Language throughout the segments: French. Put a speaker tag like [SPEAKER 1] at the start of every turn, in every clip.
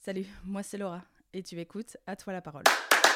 [SPEAKER 1] Salut, moi c'est Laura et tu écoutes À toi la parole.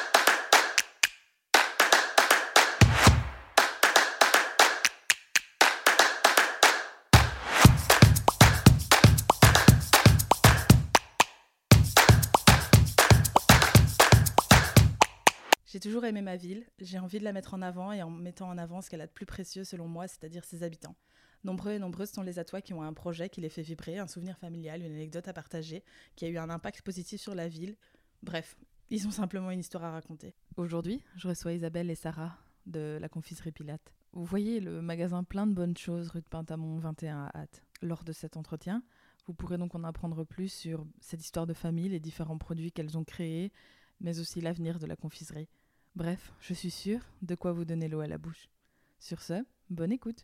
[SPEAKER 1] J'ai toujours aimé ma ville, j'ai envie de la mettre en avant et en mettant en avant ce qu'elle a de plus précieux selon moi, c'est-à-dire ses habitants. Nombreux et nombreuses sont les Atois qui ont un projet qui les fait vibrer, un souvenir familial, une anecdote à partager, qui a eu un impact positif sur la ville. Bref, ils ont simplement une histoire à raconter. Aujourd'hui, je reçois Isabelle et Sarah de la confiserie Pilate. Vous voyez le magasin plein de bonnes choses rue de Pintamont 21 à Ath. Lors de cet entretien, vous pourrez donc en apprendre plus sur cette histoire de famille, les différents produits qu'elles ont créés, mais aussi l'avenir de la confiserie. Bref, je suis sûre de quoi vous donner l'eau à la bouche. Sur ce, bonne écoute.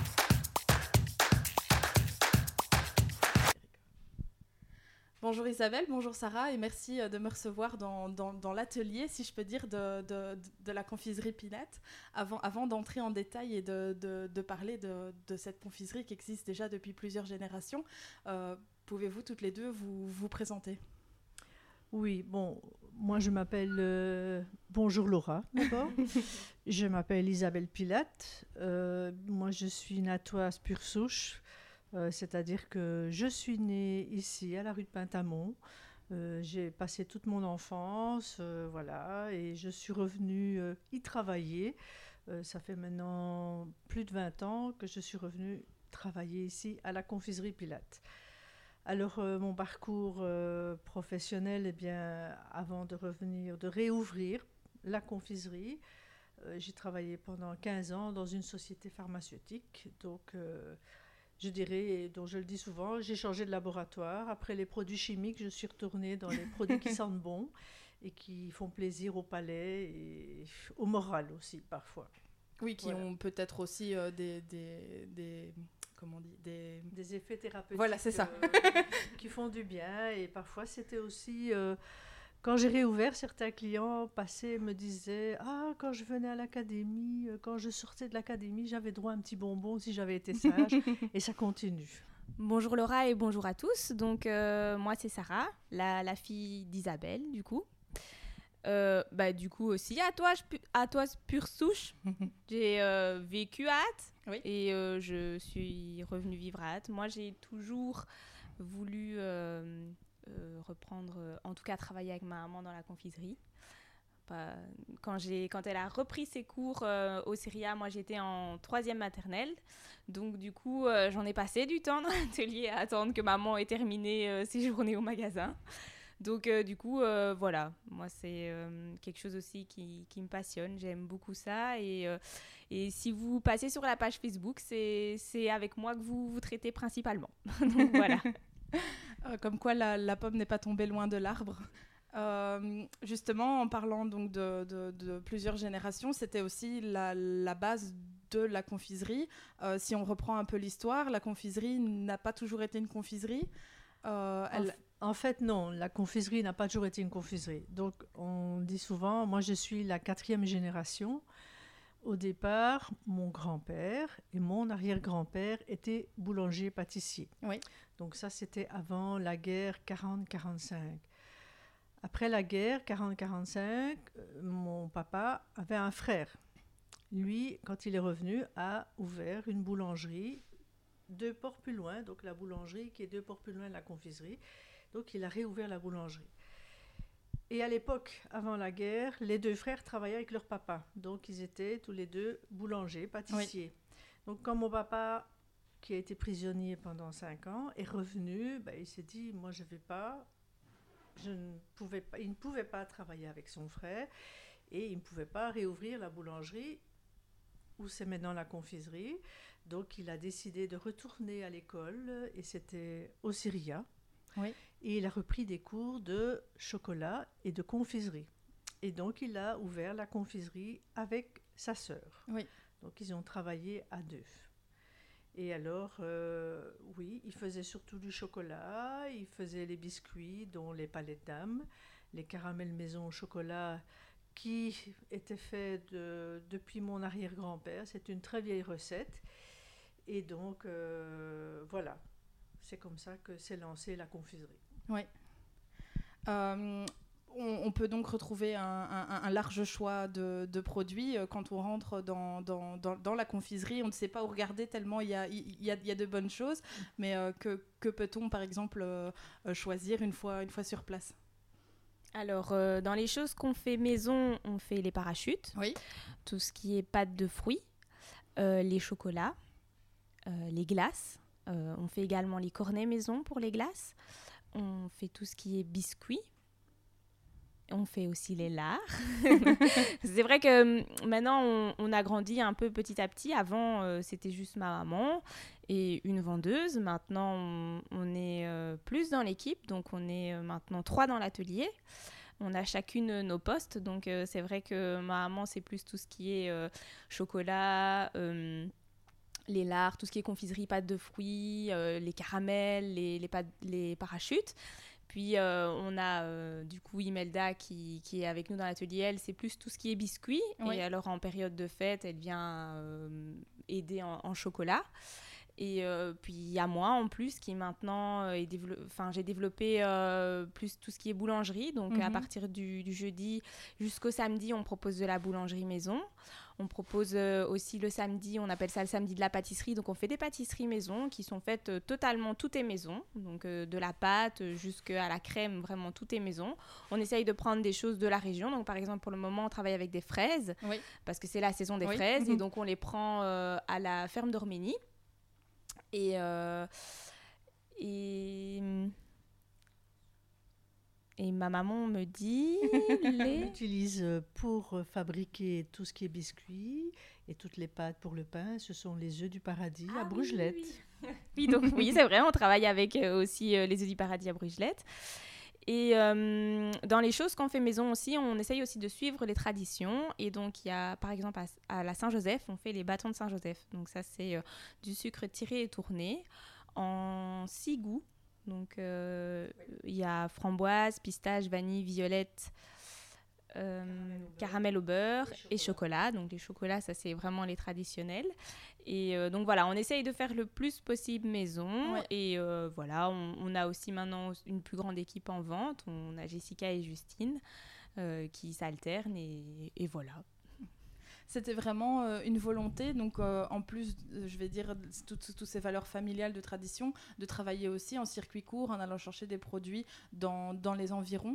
[SPEAKER 1] Bonjour Isabelle, bonjour Sarah et merci de me recevoir dans l'atelier, si je peux dire, de la confiserie Pilate. Avant d'entrer en détail et de parler de cette confiserie qui existe déjà depuis plusieurs générations, pouvez-vous toutes les deux vous présenter ?
[SPEAKER 2] Oui, bon, moi je m'appelle... bonjour Laura, d'abord. Je m'appelle Isabelle Pilate. Moi je suis une Attoise pure souche, c'est-à-dire que je suis née ici à la rue de Pintamont. J'ai passé toute mon enfance, voilà, et je suis revenue y travailler. Ça fait maintenant plus de 20 ans que je suis revenue travailler ici à la confiserie Pilate. Alors, mon parcours professionnel, eh bien, avant de réouvrir la confiserie, j'ai travaillé pendant 15 ans dans une société pharmaceutique. Donc, je dirais, dont je le dis souvent, j'ai changé de laboratoire. Après les produits chimiques, je suis retournée dans les produits qui sentent bon et qui font plaisir au palais et au moral aussi, parfois.
[SPEAKER 1] Oui, qui
[SPEAKER 2] Voilà.
[SPEAKER 1] ont peut-être aussi comment on dit,
[SPEAKER 2] Des effets thérapeutiques,
[SPEAKER 1] voilà, c'est ça.
[SPEAKER 2] qui font du bien. Et parfois, c'était aussi... quand j'ai réouvert, certains clients passés me disaient « Ah, quand je venais à l'académie, quand je sortais de l'académie, j'avais droit à un petit bonbon si j'avais été sage. » Et ça continue.
[SPEAKER 3] Bonjour Laura et bonjour à tous. Donc moi c'est Sarah, la fille d'Isabelle du coup. Du coup aussi à toi pure souche. J'ai vécu à Ath et je suis revenue vivre à Ath. Moi j'ai toujours voulu reprendre, en tout cas travailler avec ma maman dans la confiserie. Quand elle a repris ses cours au CERIA, moi j'étais en 3e maternelle. Donc du coup, j'en ai passé du temps dans l'atelier à attendre que maman ait terminé ses journées au magasin. Donc du coup, voilà, moi c'est quelque chose aussi qui me passionne. J'aime beaucoup ça. Et si vous passez sur la page Facebook, c'est avec moi que vous traitez principalement. Donc voilà.
[SPEAKER 1] Comme quoi la pomme n'est pas tombée loin de l'arbre. Justement, en parlant donc de plusieurs générations, c'était aussi la base de la confiserie. Si on reprend un peu l'histoire, la confiserie n'a pas toujours été une confiserie.
[SPEAKER 2] En fait, non, la confiserie n'a pas toujours été une confiserie. Donc, on dit souvent, moi je suis la 4e génération. Au départ, mon grand-père et mon arrière-grand-père étaient boulangers-pâtissiers.
[SPEAKER 1] Oui.
[SPEAKER 2] Donc ça, c'était avant la guerre 40-45. Après la guerre 40-45, mon papa avait un frère. Lui, quand il est revenu, a ouvert une boulangerie 2 ports plus loin, donc la boulangerie qui est 2 ports plus loin de la confiserie. Donc il a réouvert la boulangerie. Et à l'époque, avant la guerre, les 2 frères travaillaient avec leur papa. Donc ils étaient tous les 2 boulangers, pâtissiers. Oui. Donc quand mon papa, qui a été prisonnier pendant 5 ans, est revenu, il s'est dit, moi je ne vais pas... il ne pouvait pas travailler avec son frère et il ne pouvait pas réouvrir la boulangerie où c'est maintenant la confiserie. Donc il a décidé de retourner à l'école et c'était au CERIA.
[SPEAKER 1] Oui.
[SPEAKER 2] Et il a repris des cours de chocolat et de confiserie. Et donc il a ouvert la confiserie avec sa sœur.
[SPEAKER 1] Oui.
[SPEAKER 2] Donc ils ont travaillé à 2. Et alors, oui, il faisait surtout du chocolat, il faisait les biscuits, dont les palettes d'âme, les caramels maison au chocolat qui étaient faits depuis mon arrière-grand-père. C'est une très vieille recette. Et donc, voilà, c'est comme ça que s'est lancée la confiserie.
[SPEAKER 1] Oui. On peut donc retrouver un large choix de produits. Quand on rentre dans la confiserie, on ne sait pas où regarder tellement il y a de bonnes choses. Mais que peut-on, par exemple, choisir une fois sur place?
[SPEAKER 3] Alors, dans les choses qu'on fait maison, on fait les parachutes,
[SPEAKER 1] Oui.
[SPEAKER 3] tout ce qui est pâte de fruits, les chocolats, les glaces. On fait également les cornets maison pour les glaces. On fait tout ce qui est biscuits. On fait aussi les lards. C'est vrai que maintenant, on a grandi un peu petit à petit. Avant, c'était juste ma maman et une vendeuse. Maintenant, on est plus dans l'équipe. Donc, on est maintenant 3 dans l'atelier. On a chacune nos postes. Donc, c'est vrai que ma maman, c'est plus tout ce qui est chocolat, les lards, tout ce qui est confiserie, pâte de fruits, les caramels, les parachutes. Puis on a du coup Imelda qui est avec nous dans l'atelier. Elle, c'est plus tout ce qui est biscuits. Oui. Et alors en période de fête, elle vient aider en chocolat. Et puis il y a moi en plus qui maintenant j'ai développé plus tout ce qui est boulangerie. Donc à partir du jeudi jusqu'au samedi, on propose de la boulangerie maison. On propose aussi le samedi, on appelle ça le samedi de la pâtisserie. Donc, on fait des pâtisseries maison qui sont faites totalement, tout est maison. Donc, de la pâte jusqu'à la crème, vraiment, tout est maison. On essaye de prendre des choses de la région. Donc, par exemple, pour le moment, on travaille avec des fraises parce que c'est la saison des fraises. Et donc, on les prend à la ferme d'Orménie. Et ma maman me dit...
[SPEAKER 2] On utilise pour fabriquer tout ce qui est biscuits et toutes les pâtes pour le pain. Ce sont les œufs du paradis à Brugelette.
[SPEAKER 3] Oui, donc oui, c'est vrai, on travaille avec aussi les œufs du paradis à Brugelette. Et dans les choses qu'on fait maison aussi, on essaye aussi de suivre les traditions. Et donc, il y a par exemple à la Saint-Joseph, on fait les bâtons de Saint-Joseph. Donc ça, c'est du sucre tiré et tourné en 6 goûts. Donc, il y a framboise, pistache, vanille, violette, caramel au beurre et chocolat. Donc, les chocolats, ça, c'est vraiment les traditionnels. Et donc, voilà, on essaye de faire le plus possible maison. Ouais. Et voilà, on a aussi maintenant une plus grande équipe en vente. On a Jessica et Justine qui s'alternent et voilà.
[SPEAKER 1] C'était vraiment une volonté, donc en plus, je vais dire, toutes ces valeurs familiales de tradition, de travailler aussi en circuit court, en allant chercher des produits dans les environs.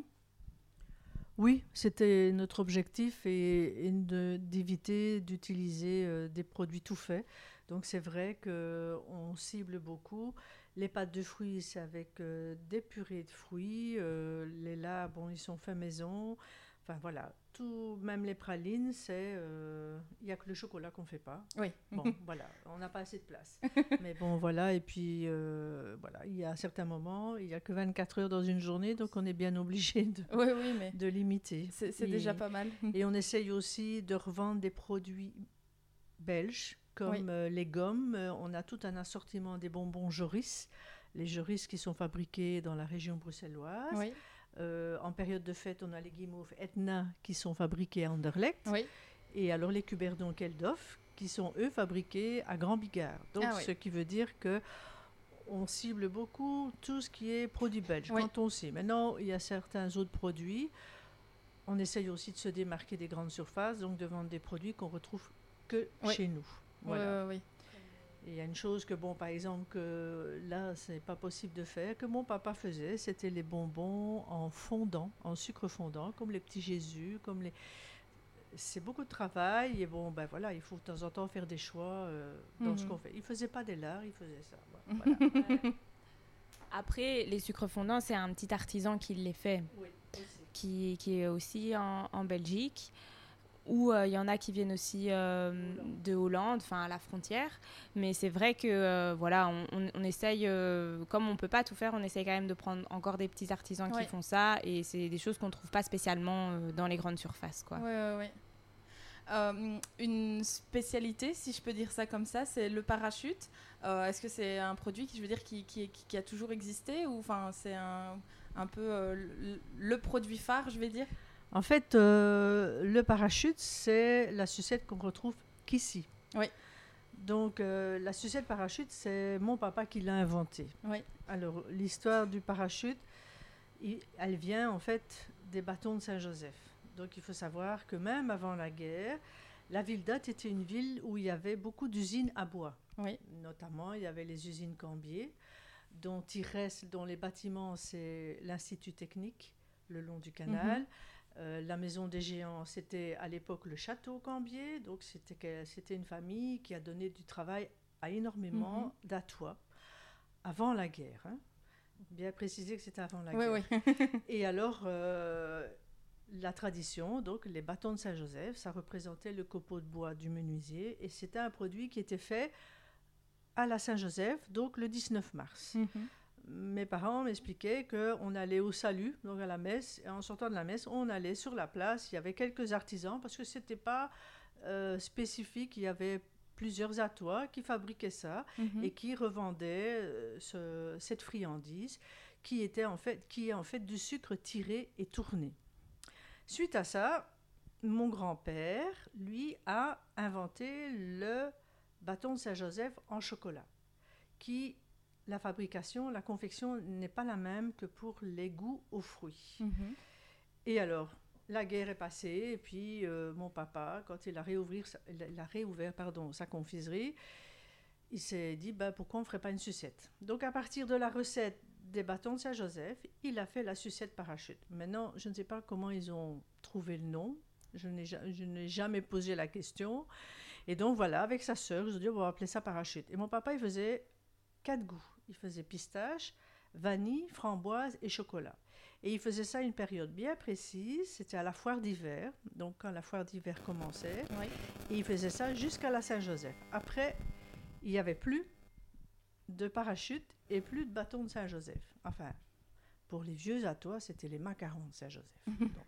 [SPEAKER 2] Oui, c'était notre objectif et d'éviter d'utiliser des produits tout faits. Donc c'est vrai qu'on cible beaucoup. Les pâtes de fruits, c'est avec des purées de fruits. Les lards, bon, ils sont faits maison. Enfin voilà, tout, même les pralines, il n'y a que le chocolat qu'on ne fait pas.
[SPEAKER 1] Oui.
[SPEAKER 2] Bon, voilà, on n'a pas assez de place. Mais bon, voilà, et puis voilà, il y a certains moments, il n'y a que 24 heures dans une journée, donc on est bien obligé de limiter.
[SPEAKER 1] C'est déjà pas mal.
[SPEAKER 2] Et on essaye aussi de revendre des produits belges, comme les gommes. On a tout un assortiment des bonbons Joris. Les Joris qui sont fabriqués dans la région bruxelloise. Oui. En période de fête, on a les guimauves Etna qui sont fabriqués à Anderlecht. Oui. Et alors les cuberdons Keldof qui sont, eux, fabriqués à Grand Bigard. Donc, ce qui veut dire qu'on cible beaucoup tout ce qui est produit belge, quand on sait. Maintenant, il y a certains autres produits. On essaye aussi de se démarquer des grandes surfaces, donc de vendre des produits qu'on retrouve que chez nous. Voilà. Oui. Et il y a une chose que, bon, par exemple, que là, c'est pas possible de faire, que mon papa faisait, c'était les bonbons en fondant, en sucre fondant, comme les petits Jésus, comme les... C'est beaucoup de travail, et bon, ben voilà, il faut de temps en temps faire des choix dans ce qu'on fait. Il faisait pas des lards, il faisait ça. Voilà.
[SPEAKER 3] Après, les sucres fondants, c'est un petit artisan qui les fait, qui est aussi en Belgique. Ou il y en a qui viennent aussi de Hollande, enfin à la frontière. Mais c'est vrai que voilà, on essaye, comme on ne peut pas tout faire, on essaye quand même de prendre encore des petits artisans qui font ça. Et c'est des choses qu'on ne trouve pas spécialement dans les grandes surfaces, quoi.
[SPEAKER 1] Une spécialité, si je peux dire ça comme ça, c'est le parachute. Est-ce que c'est un produit qui a toujours existé ou c'est un peu le produit phare, je vais dire?
[SPEAKER 2] En fait, le parachute, c'est la sucette qu'on retrouve qu'ici. Oui. Donc, la sucette parachute, c'est mon papa qui l'a inventée. Oui. Alors, l'histoire du parachute, elle vient en fait des bâtons de Saint-Joseph. Donc il faut savoir que même avant la guerre, la ville d'Ath était une ville où il y avait beaucoup d'usines à bois.
[SPEAKER 1] Oui.
[SPEAKER 2] Notamment, il y avait les usines Cambier, dont les bâtiments, c'est l'Institut technique, le long du canal. La maison des géants, c'était à l'époque le château Cambier. Donc c'était une famille qui a donné du travail à énormément d'Athois avant la guerre. Hein. Bien préciser que c'était avant la guerre.
[SPEAKER 1] Oui.
[SPEAKER 2] Et alors, la tradition, donc les bâtons de Saint-Joseph, ça représentait le copeau de bois du menuisier et c'était un produit qui était fait à la Saint-Joseph, donc le 19 mars. Mes parents m'expliquaient qu'on allait au salut, donc à la messe, et en sortant de la messe, on allait sur la place, il y avait quelques artisans, parce que ce n'était pas spécifique, il y avait plusieurs Athois qui fabriquaient ça et qui revendaient cette friandise qui est en fait du sucre tiré et tourné. Suite à ça, mon grand-père, lui, a inventé le bâton de Saint-Joseph en chocolat, la fabrication, la confection n'est pas la même que pour les goûts aux fruits. Et alors, la guerre est passée, et puis mon papa, quand il a réouvert sa confiserie, il s'est dit, pourquoi on ne ferait pas une sucette? Donc, à partir de la recette des bâtons de Saint-Joseph, il a fait la sucette parachute. Maintenant, je ne sais pas comment ils ont trouvé le nom, je n'ai jamais posé la question. Et donc, voilà, avec sa sœur, je dis, on va appeler ça parachute. Et mon papa, il faisait 4 goûts. Il faisait pistache, vanille, framboise et chocolat. Et il faisait ça à une période bien précise, c'était à la foire d'hiver, donc quand la foire d'hiver commençait, et il faisait ça jusqu'à la Saint-Joseph. Après, il n'y avait plus de parachute et plus de bâton de Saint-Joseph. Enfin, pour les vieux Athois, c'était les macarons de Saint-Joseph.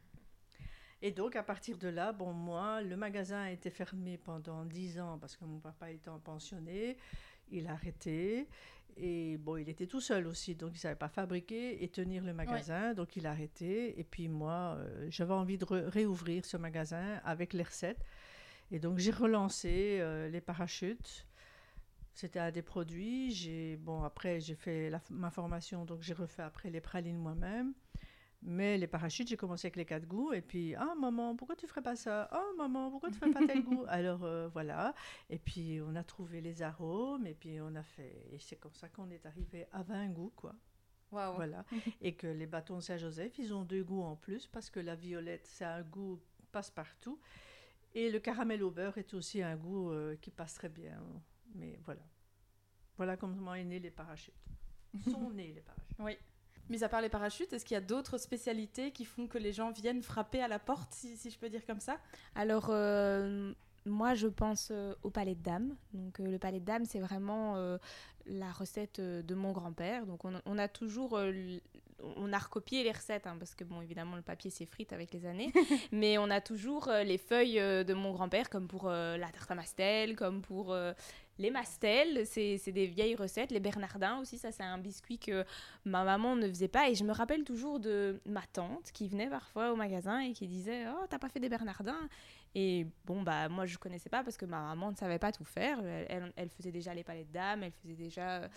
[SPEAKER 2] Et donc, à partir de là, moi, le magasin a été fermé pendant 10 ans parce que mon papa étant pensionné, il a arrêté. Et il était tout seul aussi, donc il ne savait pas fabriquer et tenir le magasin, donc il a arrêté. Et puis moi, j'avais envie de réouvrir ce magasin avec les recettes. Et donc j'ai relancé les parachutes. C'était un des produits. Après, j'ai fait ma formation, donc j'ai refait après les pralines moi-même. Mais les parachutes, j'ai commencé avec les 4 goûts. Et puis, maman, pourquoi tu ne ferais pas ça? Maman, pourquoi tu ne ferais pas tel goût? Alors, voilà. Et puis, on a trouvé les arômes. Et puis, on a fait... Et c'est comme ça qu'on est arrivé à 20 goûts, quoi.
[SPEAKER 1] Wow.
[SPEAKER 2] Voilà. Et que les bâtons de Saint-Joseph, ils ont 2 goûts en plus. Parce que la violette, c'est un goût passe-partout. Et le caramel au beurre est aussi un goût qui passe très bien. Mais voilà. Voilà comment est né les parachutes. Sont nés les parachutes.
[SPEAKER 1] Oui. Mis à part les parachutes, est-ce qu'il y a d'autres spécialités qui font que les gens viennent frapper à la porte, si je peux dire comme ça?
[SPEAKER 3] Alors, moi, je pense au palais de dames. Donc, le palais de dames, c'est vraiment la recette de mon grand-père. Donc, on a toujours... on a recopié les recettes, parce que, évidemment, le papier s'effrite avec les années. Mais on a toujours les feuilles de mon grand-père, comme pour la tarte à mastel, comme pour... les mastels, c'est des vieilles recettes. Les bernardins aussi, ça c'est un biscuit que ma maman ne faisait pas. Et je me rappelle toujours de ma tante qui venait parfois au magasin et qui disait « Oh, t'as pas fait des bernardins ?» Et moi je connaissais pas parce que ma maman ne savait pas tout faire. Elle faisait déjà les palais de dames, elle faisait déjà...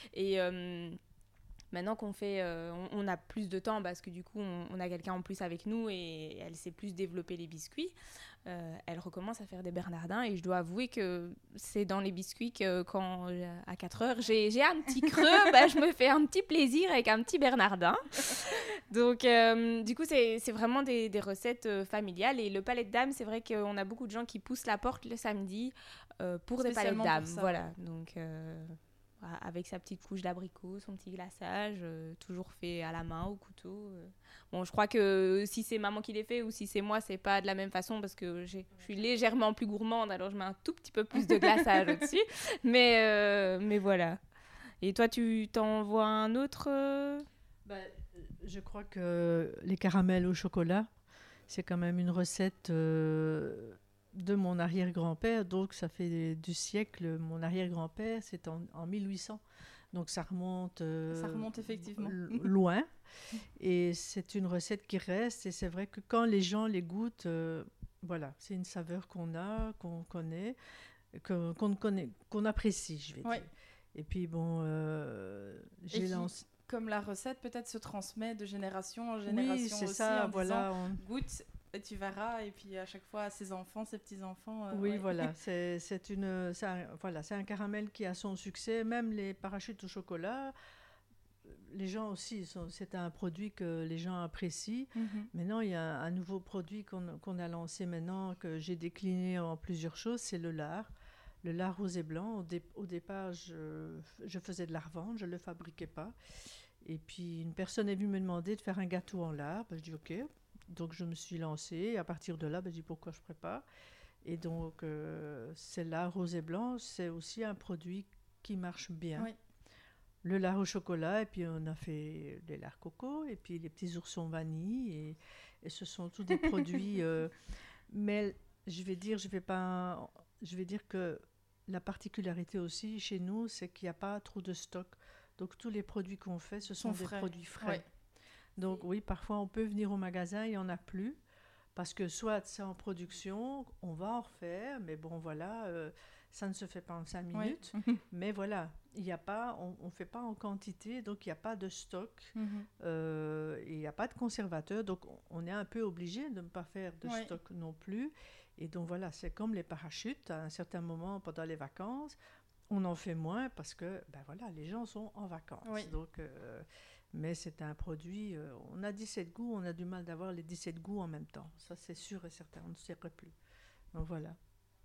[SPEAKER 3] Maintenant qu'on fait, on a plus de temps parce que du coup, on a quelqu'un en plus avec nous et elle sait plus développer les biscuits. Elle recommence à faire des bernardins et je dois avouer que c'est dans les biscuits que quand, à 4 heures, j'ai un petit creux, je me fais un petit plaisir avec un petit bernardin. Donc, du coup, c'est vraiment des recettes familiales. Et le palais de dames, c'est vrai qu'on a beaucoup de gens qui poussent la porte le samedi pour des palais de dames. Voilà, donc... avec sa petite couche d'abricot, son petit glaçage, toujours fait à la main, au couteau. Je crois que si c'est maman qui les fait ou si c'est moi, c'est pas de la même façon parce que je suis légèrement plus gourmande, alors je mets un tout petit peu plus de glaçage au-dessus. Mais voilà. Et toi, tu t'en vois un autre
[SPEAKER 2] Je crois que les caramels au chocolat, c'est quand même une recette... de mon arrière-grand-père, donc ça fait du siècle. Mon arrière-grand-père, c'est en 1800, donc ça remonte
[SPEAKER 1] effectivement
[SPEAKER 2] loin. Et c'est une recette qui reste. Et c'est vrai que quand les gens les goûtent, voilà, c'est une saveur qu'on connaît, qu'on apprécie, je vais dire. Et puis
[SPEAKER 1] comme la recette peut-être se transmet de génération en génération
[SPEAKER 2] Oui, c'est
[SPEAKER 1] aussi,
[SPEAKER 2] ça,
[SPEAKER 1] en
[SPEAKER 2] voilà.
[SPEAKER 1] disant goûte et tu verras, et puis à chaque fois ses enfants, ses petits-enfants.
[SPEAKER 2] Oui,
[SPEAKER 1] ouais.
[SPEAKER 2] voilà, c'est un caramel qui a son succès. Même les parachutes au chocolat, les gens aussi, c'est un produit que les gens apprécient.
[SPEAKER 1] Mhm.
[SPEAKER 2] Maintenant, il y a un nouveau produit qu'on a lancé maintenant, que j'ai décliné en plusieurs choses, c'est le lard. Le lard rose et blanc. Au départ, je faisais de la revente, je ne le fabriquais pas. Et puis, une personne est venue me demander de faire un gâteau en lard. Ben, je dis OK. Donc, je me suis lancée. Et à partir de là, ben, je dis pourquoi je ne ferais pas. Et donc, c'est lard rose et blanc. C'est aussi un produit qui marche bien.
[SPEAKER 1] Oui.
[SPEAKER 2] Le lard au chocolat, et puis on a fait des lards coco, et puis les petits oursons vanille, et ce sont tous des produits. Mais je vais dire que la particularité aussi chez nous, c'est qu'il n'y a pas trop de stock. Donc tous les produits qu'on fait, ce sont des produits frais.
[SPEAKER 1] Ouais.
[SPEAKER 2] Donc oui, parfois on peut venir au magasin, il n'y en a plus. Parce que soit c'est en production, on va en refaire, mais bon voilà, ça ne se fait pas en 5 minutes.
[SPEAKER 1] Ouais.
[SPEAKER 2] Mais voilà, il y a pas, on ne fait pas en quantité, donc il n'y a pas de stock,
[SPEAKER 1] Mhm.
[SPEAKER 2] et il n'y a pas de conservateur, donc on est un peu obligé de ne pas faire de
[SPEAKER 1] Ouais.
[SPEAKER 2] stock non plus. Et donc voilà, c'est comme les parachutes, à un certain moment pendant les vacances, on en fait moins parce que ben voilà, les gens sont en vacances.
[SPEAKER 1] Oui.
[SPEAKER 2] Donc, mais c'est un produit, on a 17 goûts, on a du mal d'avoir les 17 goûts en même temps. Ça, c'est sûr et certain, on ne saurait plus. Donc voilà.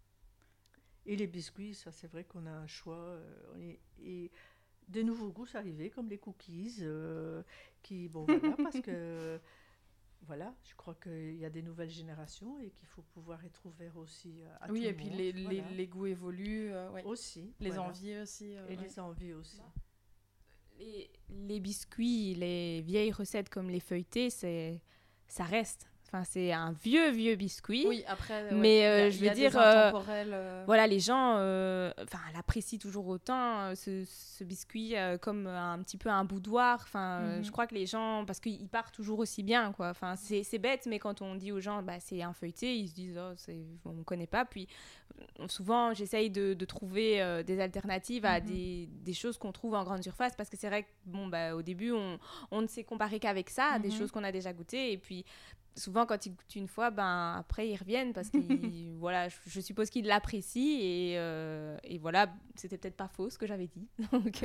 [SPEAKER 2] Et les biscuits, ça, c'est vrai qu'on a un choix. Et de nouveaux goûts arrivés, comme les cookies, qui, bon, voilà, parce que, voilà, je crois qu'il y a des nouvelles générations et qu'il faut pouvoir être ouvert aussi à tout
[SPEAKER 1] Oui,
[SPEAKER 2] le
[SPEAKER 1] et puis
[SPEAKER 2] monde.
[SPEAKER 1] les
[SPEAKER 2] Voilà.
[SPEAKER 1] goûts évoluent. Ouais.
[SPEAKER 2] Aussi.
[SPEAKER 1] Les
[SPEAKER 2] voilà.
[SPEAKER 1] envies aussi.
[SPEAKER 2] Et
[SPEAKER 1] ouais.
[SPEAKER 2] les envies aussi.
[SPEAKER 3] Les biscuits, les vieilles recettes comme les feuilletés, ça reste. Enfin, c'est un vieux biscuit.
[SPEAKER 1] Oui, après, ouais,
[SPEAKER 3] Mais
[SPEAKER 1] il
[SPEAKER 3] je
[SPEAKER 1] y
[SPEAKER 3] veux
[SPEAKER 1] a
[SPEAKER 3] dire,
[SPEAKER 1] des intemporels.
[SPEAKER 3] voilà, les gens l'apprécient toujours autant, ce biscuit, comme un petit peu un boudoir.
[SPEAKER 1] Mhm.
[SPEAKER 3] Je crois que les gens, parce qu'il part toujours aussi bien, quoi. Enfin, c'est bête, mais quand on dit aux gens, bah, c'est un feuilleté, ils se disent, oh, on ne connaît pas. Puis souvent, j'essaye de trouver des alternatives à des choses qu'on trouve en grande surface, parce que c'est vrai que, bon, bah, au début, on ne s'est comparé qu'avec ça, des choses qu'on a déjà goûtées, et puis souvent, quand ils goûtent une fois, ben, après, ils reviennent parce que voilà, je suppose qu'ils l'apprécient et voilà, c'était peut-être pas faux ce que j'avais dit. Donc,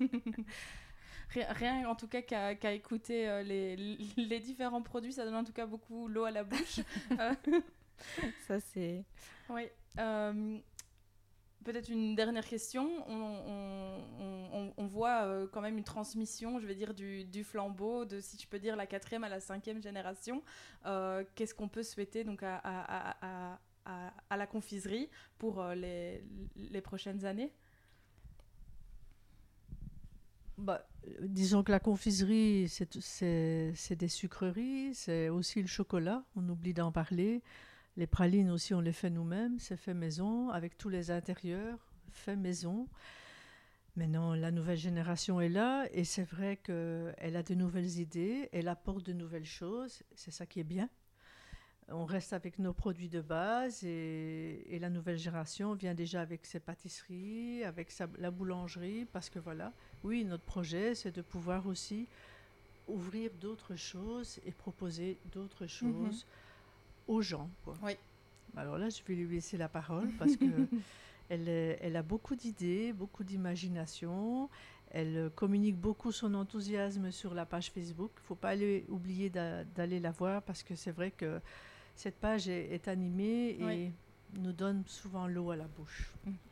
[SPEAKER 1] Rien en tout cas qu'à écouter les différents produits, ça donne en tout cas beaucoup l'eau à la bouche.
[SPEAKER 3] ça, c'est...
[SPEAKER 1] Oui. Peut-être une dernière question. On voit quand même une transmission, je vais dire, du flambeau, de, si je peux dire, la 4e à la 5e génération. Qu'est-ce qu'on peut souhaiter donc, à la confiserie pour les prochaines années ?
[SPEAKER 2] Bah, disons que la confiserie, c'est des sucreries, c'est aussi le chocolat, on oublie d'en parler. Les pralines aussi, on les fait nous-mêmes, c'est fait maison, avec tous les intérieurs, fait maison. Maintenant, la nouvelle génération est là, et c'est vrai qu'elle a de nouvelles idées, elle apporte de nouvelles choses, c'est ça qui est bien. On reste avec nos produits de base, et la nouvelle génération vient déjà avec ses pâtisseries, avec la boulangerie, parce que voilà, oui, notre projet, c'est de pouvoir aussi ouvrir d'autres choses et proposer d'autres choses aux gens, quoi.
[SPEAKER 1] Oui.
[SPEAKER 2] Alors là, je vais lui laisser la parole parce que elle a beaucoup d'idées, beaucoup d'imagination. Elle communique beaucoup son enthousiasme sur la page Facebook. Il ne faut pas oublier d'aller la voir parce que c'est vrai que cette page est animée et nous donne souvent l'eau à la bouche.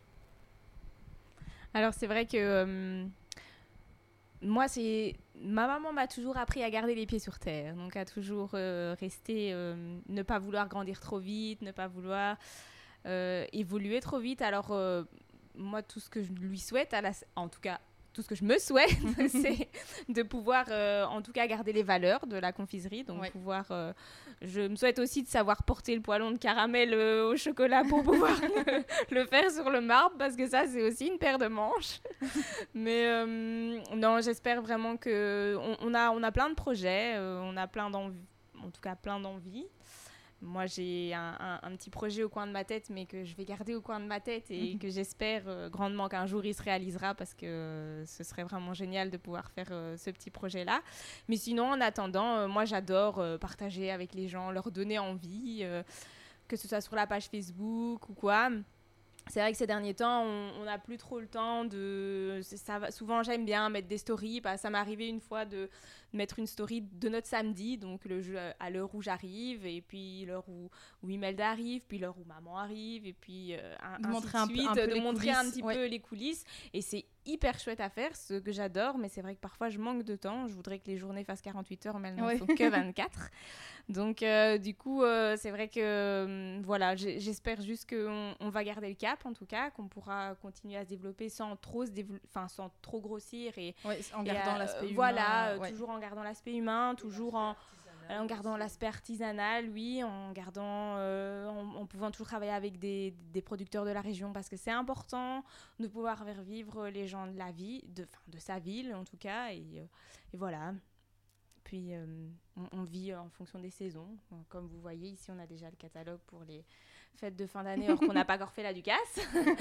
[SPEAKER 3] Alors, c'est vrai que... moi, ma maman m'a toujours appris à garder les pieds sur terre, donc à toujours rester, ne pas vouloir grandir trop vite, ne pas vouloir évoluer trop vite. Alors, moi, tout ce que je lui souhaite, en tout cas, tout ce que je me souhaite, c'est de pouvoir, en tout cas, garder les valeurs de la confiserie. Donc, pouvoir... je me souhaite aussi de savoir porter le poêlon de caramel au chocolat pour pouvoir le faire sur le marbre, parce que ça, c'est aussi une paire de manches. Mais non, j'espère vraiment qu'on a plein de projets, on a plein d'envies, en tout cas plein d'envies. moi, j'ai un petit projet au coin de ma tête, mais que je vais garder au coin de ma tête et que j'espère grandement qu'un jour il se réalisera parce que ce serait vraiment génial de pouvoir faire ce petit projet-là. Mais sinon, en attendant, moi, j'adore partager avec les gens, leur donner envie, que ce soit sur la page Facebook ou quoi. C'est vrai que ces derniers temps, on n'a plus trop le temps souvent, j'aime bien mettre des stories. Ça m'est arrivé une fois de mettre une story de notre samedi, donc le jeu à l'heure où j'arrive, et puis l'heure où Imelda arrive, puis l'heure où maman arrive, et puis
[SPEAKER 1] de montrer
[SPEAKER 3] de montrer un petit peu les coulisses. Et c'est hyper chouette à faire, ce que j'adore, mais c'est vrai que parfois je manque de temps. Je voudrais que les journées fassent 48 heures, mais elles n'en font que 24. Donc du coup, c'est vrai que voilà, j'espère juste qu'on va garder le cap, en tout cas, qu'on pourra continuer à se développer sans trop grossir
[SPEAKER 1] en gardant l'aspect humain.
[SPEAKER 3] Voilà, toujours en gardant l'aspect humain, toujours en gardant l'aspect artisanal, oui, en pouvant toujours travailler avec des producteurs de la région, parce que c'est important de pouvoir faire vivre les gens de la vie, de sa ville en tout cas, et voilà. Puis on vit en fonction des saisons. Comme vous voyez, ici on a déjà le catalogue pour les fêtes de fin d'année, alors qu'on n'a pas encore fait la Ducasse.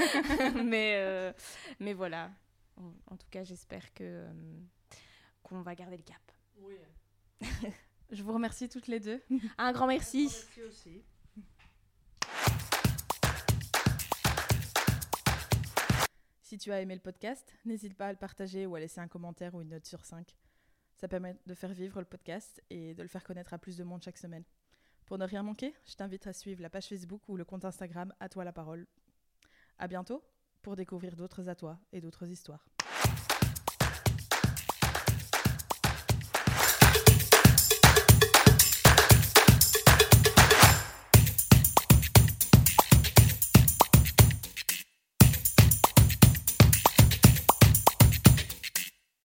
[SPEAKER 3] mais voilà. En tout cas, j'espère qu'on va garder le cap.
[SPEAKER 2] Oui.
[SPEAKER 1] Je vous remercie toutes les deux.
[SPEAKER 3] Un grand merci.
[SPEAKER 2] Merci aussi.
[SPEAKER 1] Si tu as aimé le podcast, n'hésite pas à le partager ou à laisser un commentaire ou une note sur 5. Ça permet de faire vivre le podcast et de le faire connaître à plus de monde chaque semaine. Pour ne rien manquer, je t'invite à suivre la page Facebook ou le compte Instagram À toi la parole. À bientôt pour découvrir d'autres à toi et d'autres histoires.